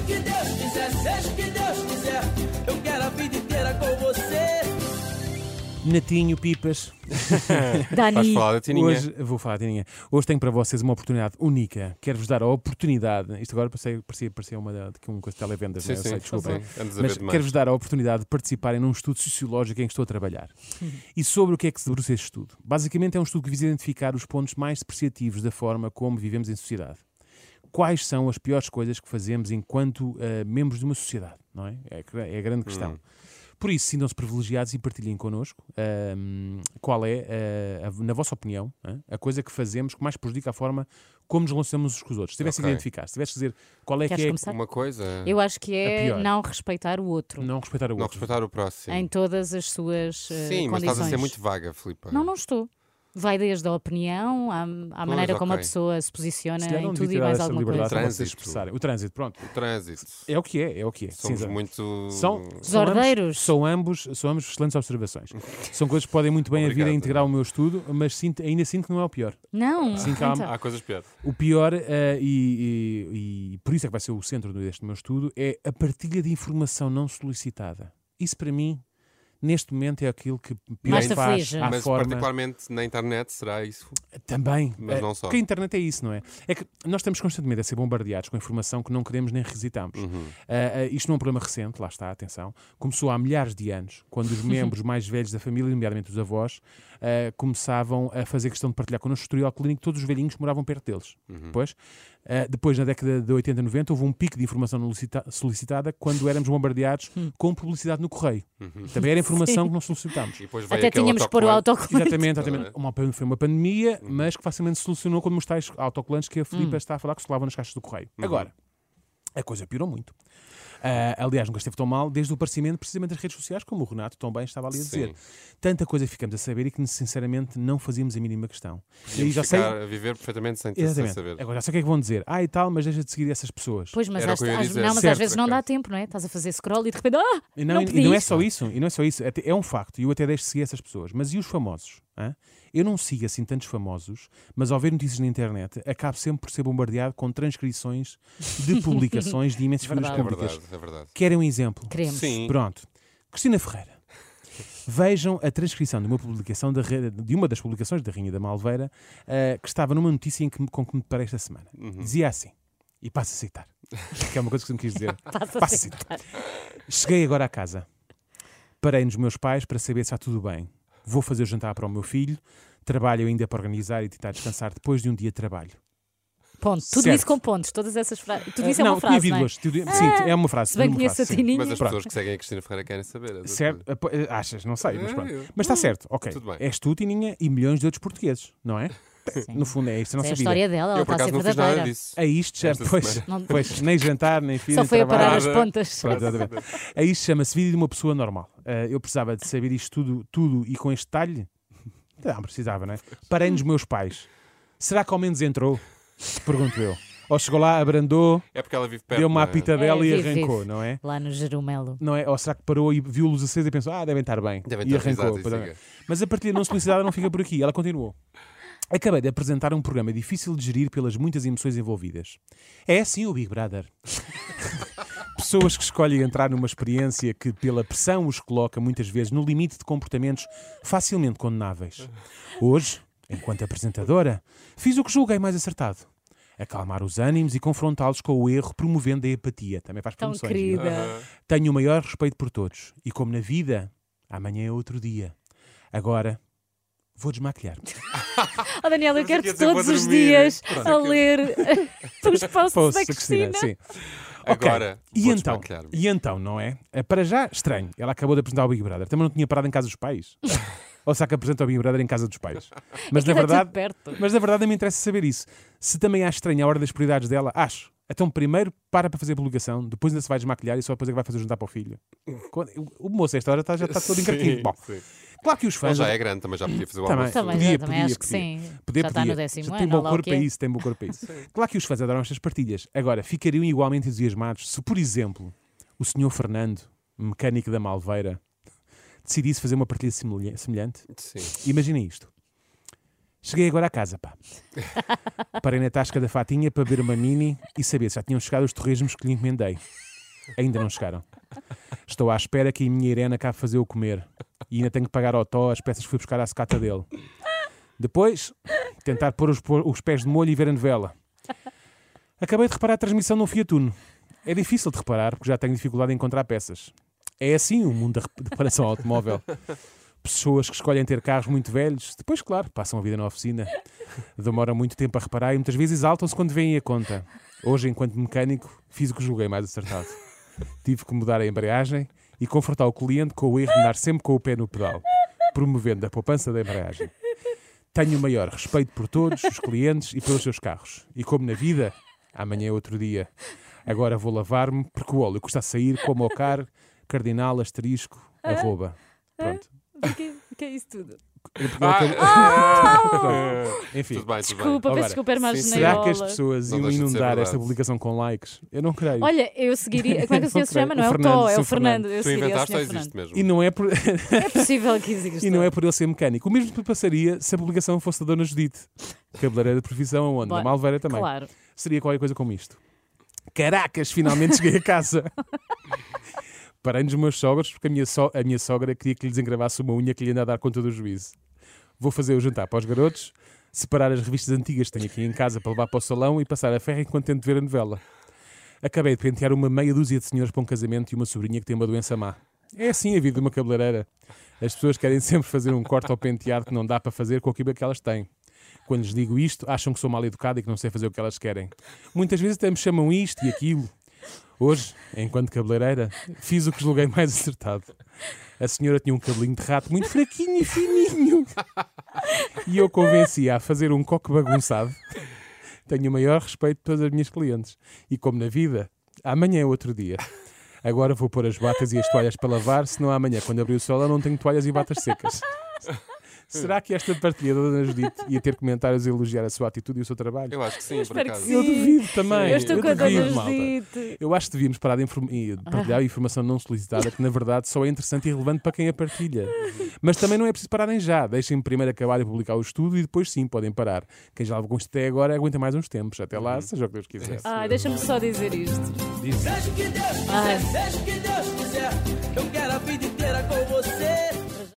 que Deus quiser, seja o que Deus quiser, eu quero a vida inteira com você. Natinho, Pipas. Dani. Vais falar da Tininha. Hoje vou falar, Tininha. Hoje tenho para vocês uma oportunidade única. Quero-vos dar a oportunidade. Isto agora parecia uma coisa de televendas, Sim, não é? Eu sim, sei, desculpem. sim. Andas a Mas ver demais. quero-vos dar a oportunidade de participarem num estudo sociológico em que estou a trabalhar. E sobre o que é que se debruça este estudo? Basicamente é um estudo que visa identificar os pontos mais depreciativos da forma como vivemos em sociedade. Quais são as piores coisas que fazemos enquanto membros de uma sociedade, não é? É a grande questão. Por isso, sintam-se privilegiados e partilhem connosco qual é, na vossa opinião, a coisa que fazemos que mais prejudica a forma como nos relacionamos uns com os outros. Se tivesse Ok. a identificar, se tivesse a dizer qual é Queres que é começar? Uma coisa. Eu acho que A é pior. não respeitar o outro não respeitar o Não outro. respeitar o próximo. em todas as suas Sim, mas condições. estás a ser muito vaga, Filipe. Não estou. Vai desde a opinião à maneira como a ok. pessoa se posiciona Se calhar em não tudo devia e ter mais essa alguma liberdade coisa. para vocês Trânsito. expressarem. O trânsito, pronto. O trânsito. É o que é, é o que é. Somos Sim, muito. São Desordeiros. ambos excelentes observações. São coisas que podem muito bem Obrigado. vir a integrar o meu estudo, mas ainda sinto que não é o pior. Não. Sim, calma. então. Há coisas piores. O pior, e por isso é que vai ser o centro deste meu estudo, é a partilha de informação não solicitada. Isso para mim, neste momento, é aquilo que pior Mais te faz aflige. à Mas forma. particularmente na internet será isso. Também. Mas não só. Porque a internet é isso, não é? É que nós estamos constantemente a ser bombardeados com informação que não queremos nem requisitamos. Isto não é um problema recente, lá está, atenção. Começou há milhares de anos, quando os membros mais velhos da família, nomeadamente os avós, começavam a fazer questão de partilhar connosco o historial clínico de todos os velhinhos que moravam perto deles. Depois, na década de 80 e 90, houve um pico de informação não solicitada quando éramos bombardeados com publicidade no correio. Também era informação que não solicitámos. E depois veio Até aquele tínhamos que pôr o autocolante. autocolante. Exatamente. Foi uma pandemia, mas que facilmente se solucionou como os tais autocolantes que a Filipe está a falar que se colavam nas caixas do correio. Agora, a coisa piorou muito. Aliás, nunca esteve tão mal desde o aparecimento precisamente das redes sociais, como o Renato tão bem estava ali a dizer. Sim. Tanta coisa que ficamos a saber e que sinceramente não fazíamos a mínima questão. E Podíamos já sei. ficar a viver perfeitamente sem Exatamente. saber. Agora já sei o que é que vão dizer. E tal, mas deixa de seguir essas pessoas. Pois, mas, Era o que eu ia dizer. não, mas Certo. às vezes não dá tempo, não é? Estás a fazer scroll e de repente, E não e pedi. não é só isso, é um facto, e eu até deixo de seguir essas pessoas. Mas e os famosos? Hã? Eu não sigo assim tantos famosos, mas ao ver notícias na internet, acabo sempre por ser bombardeado com transcrições de publicações de imensas figuras Verdade. É públicas. verdade, é verdade. Querem um exemplo? Queremos. Sim. Pronto. Cristina Ferreira. Vejam a transcrição de uma publicação de uma das publicações da Rainha da Malveira, que estava numa notícia com que me deparei esta semana. Dizia assim, e passo a citar, que é uma coisa que eu me quis dizer. Passa a Passo a citar. citar. Cheguei agora à casa. Parei nos meus pais para saber se está tudo bem. Vou fazer o jantar para o meu filho. Trabalho ainda para organizar e tentar descansar depois de um dia de trabalho. Ponto. Tudo Certo. isso com pontos. Todas essas frases. Tudo isso é não, uma frase, tinha não é? vírgulas. Sim, é uma frase. Se bem uma conheço frase, a sim. Tininha. Mas as Pronto. pessoas que seguem a Cristina Ferreira querem saber. Certo? Achas? Não sei, mas pronto. Eu. Mas está certo, ok. Tudo bem. És tu, Tininha, e milhões de outros portugueses, não é? No fundo é isto a Essa é nossa a vida. história dela, ela Eu, por está a acaso, ser não fiz nada verdadeira. disso. A isto já, Esta pois, semana. pois, nem jantar, nem filho, Só nem foi a parar trabalho. as pontas. Pronto, exatamente. A isto chama-se vida de uma pessoa normal. Eu precisava de saber isto tudo e com este detalhe? Não, precisava, não é? Parei nos meus pais. Será que ao menos entrou? Pergunto eu. Ou chegou lá, abrandou, É porque ela vive perto. deu uma não é? apitadela e vive, arrancou, vive. não é? Lá no Jerumelo. Não é? Ou será que parou e viu luz acesa e pensou, devem estar bem. Devem e estar arrancou. avisados, e siga. Mas a partilha não solicitada não fica por aqui. Ela continuou. Acabei de apresentar um programa difícil de gerir pelas muitas emoções envolvidas. É assim o Big Brother. Pessoas que escolhem entrar numa experiência que, pela pressão, os coloca muitas vezes no limite de comportamentos facilmente condenáveis. Hoje, enquanto apresentadora, fiz o que julguei mais acertado. Acalmar os ânimos e confrontá-los com o erro, promovendo a empatia. Também faz Tão promoções. querida. Tenho o maior respeito por todos. E como na vida, amanhã é outro dia. Agora, vou desmaquilhar-me. Oh, Daniela, eu Mas quero-te aqui a dizer, todos vou os dormir. dias Pronto. a ler os posts Posso, da Cristina. sim. Agora, Ok. vou então, desmaquilhar-me. e então, não é? Para já, estranho. Ela acabou de apresentar o Big Brother. Também não tinha parado em casa dos pais. Ou será que apresenta o Big Brother em casa dos pais? Mas, Aquilo na é tudo verdade, perto. mas na verdade não me interessa saber isso. Se também acho estranha a hora das prioridades dela, acho. Então primeiro para fazer a publicação, depois ainda se vai desmaquilhar e só depois é que vai fazer o jantar para o filho. O moço a esta hora já está todo encarquido. Bom, Sim. claro que os Ele fãs... já é grande, também já podia fazer o Também. almoço. Também acho que sim. Já está no décimo Já ano, tem bom ou lá o corpo que para é. isso, tem bom corpo para isso. Claro que os fãs adoram estas partilhas. Agora, ficariam igualmente entusiasmados se, por exemplo, o senhor Fernando, mecânico da Malveira, decidisse fazer uma partilha semelhante? Sim. Imaginem isto. Cheguei agora à casa, pá. Parei na tasca da Fatinha para beber uma mini e saber se já tinham chegado os torresmos que lhe encomendei. Ainda não chegaram. Estou à espera que a minha Irene acabe de fazer o comer. E ainda tenho que pagar ao Tó as peças que fui buscar à secata dele. Depois, tentar pôr os pés de molho e ver a novela. Acabei de reparar a transmissão num Fiat Uno. É difícil de reparar porque já tenho dificuldade em encontrar peças. É assim o mundo da reparação automóvel. Pessoas que escolhem ter carros muito velhos, depois, claro, passam a vida na oficina. Demoram muito tempo a reparar e muitas vezes exaltam-se quando veem a conta. Hoje, enquanto mecânico, fiz o que julguei mais acertado. Tive que mudar a embreagem e confortar o cliente com o erro de andar sempre com o pé no pedal, promovendo a poupança da embreagem. Tenho o maior respeito por todos os clientes e pelos seus carros. E como na vida, amanhã é outro dia. Agora vou lavar-me porque o óleo custa a sair como ao car, cardinal, asterisco, arroba. Pronto. O que é isso tudo? Enfim, Tudo bem, tudo bem. Desculpa, Agora, peço desculpa, era mais será que as janeiro. pessoas Não iam deixa de ser inundar verdade. esta publicação com likes? Eu não creio. Olha, eu seguiria. Como é que o senhor se creio. chama? O Não é o Fernando, Tó, é o Sr. Fernando. Eu Tu seguiria o inventaste ou senhor existe Fernando. mesmo? E não é por... É possível que exista. E não é por ele ser mecânico. O mesmo passaria se a publicação fosse da Dona Judite. Cabeleireira de profissão, aonde? Na Bom, Malveira também. Claro. Seria qualquer coisa como isto. Caracas, finalmente cheguei a casa. Parei-nos meus sogros porque a minha sogra queria que lhe desengravasse uma unha que lhe anda a dar conta do juízo. Vou fazer o jantar para os garotos, separar as revistas antigas que tenho aqui em casa para levar para o salão e passar a ferro enquanto tento ver a novela. Acabei de pentear uma meia dúzia de senhores para um casamento e uma sobrinha que tem uma doença má. É assim a vida de uma cabeleireira. As pessoas querem sempre fazer um corte ao penteado que não dá para fazer com aquilo que elas têm. Quando lhes digo isto, acham que sou mal educado e que não sei fazer o que elas querem. Muitas vezes até me chamam isto e aquilo. Hoje, enquanto cabeleireira, fiz o que julguei mais acertado. A senhora tinha um cabelinho de rato muito fraquinho e fininho. E eu convenci-a a fazer um coque bagunçado. Tenho o maior respeito por todas as minhas clientes. E como na vida, amanhã é outro dia. Agora vou pôr as batas e as toalhas para lavar, senão amanhã, quando abrir o sol, eu não tenho toalhas e batas secas. Será que esta partilha da Dona Judite ia ter comentários a elogiar a sua atitude e o seu trabalho? Eu acho que sim, por espero que acaso. sim. Eu duvido também. Eu estou com a duvido, Dona malta. Judite. Eu acho que devíamos parar de partilhar informação não solicitada, que na verdade só é interessante e relevante para quem a partilha. Mas também não é preciso pararem já. Deixem-me primeiro acabar de publicar o estudo e depois sim podem parar. Quem já levou com isto até agora aguenta mais uns tempos. Até lá, seja o que Deus quiser. Ai, deixa-me só dizer isto. Diz. Seja o que Deus quiser, seja o que Deus quiser. Eu quero a vida inteira com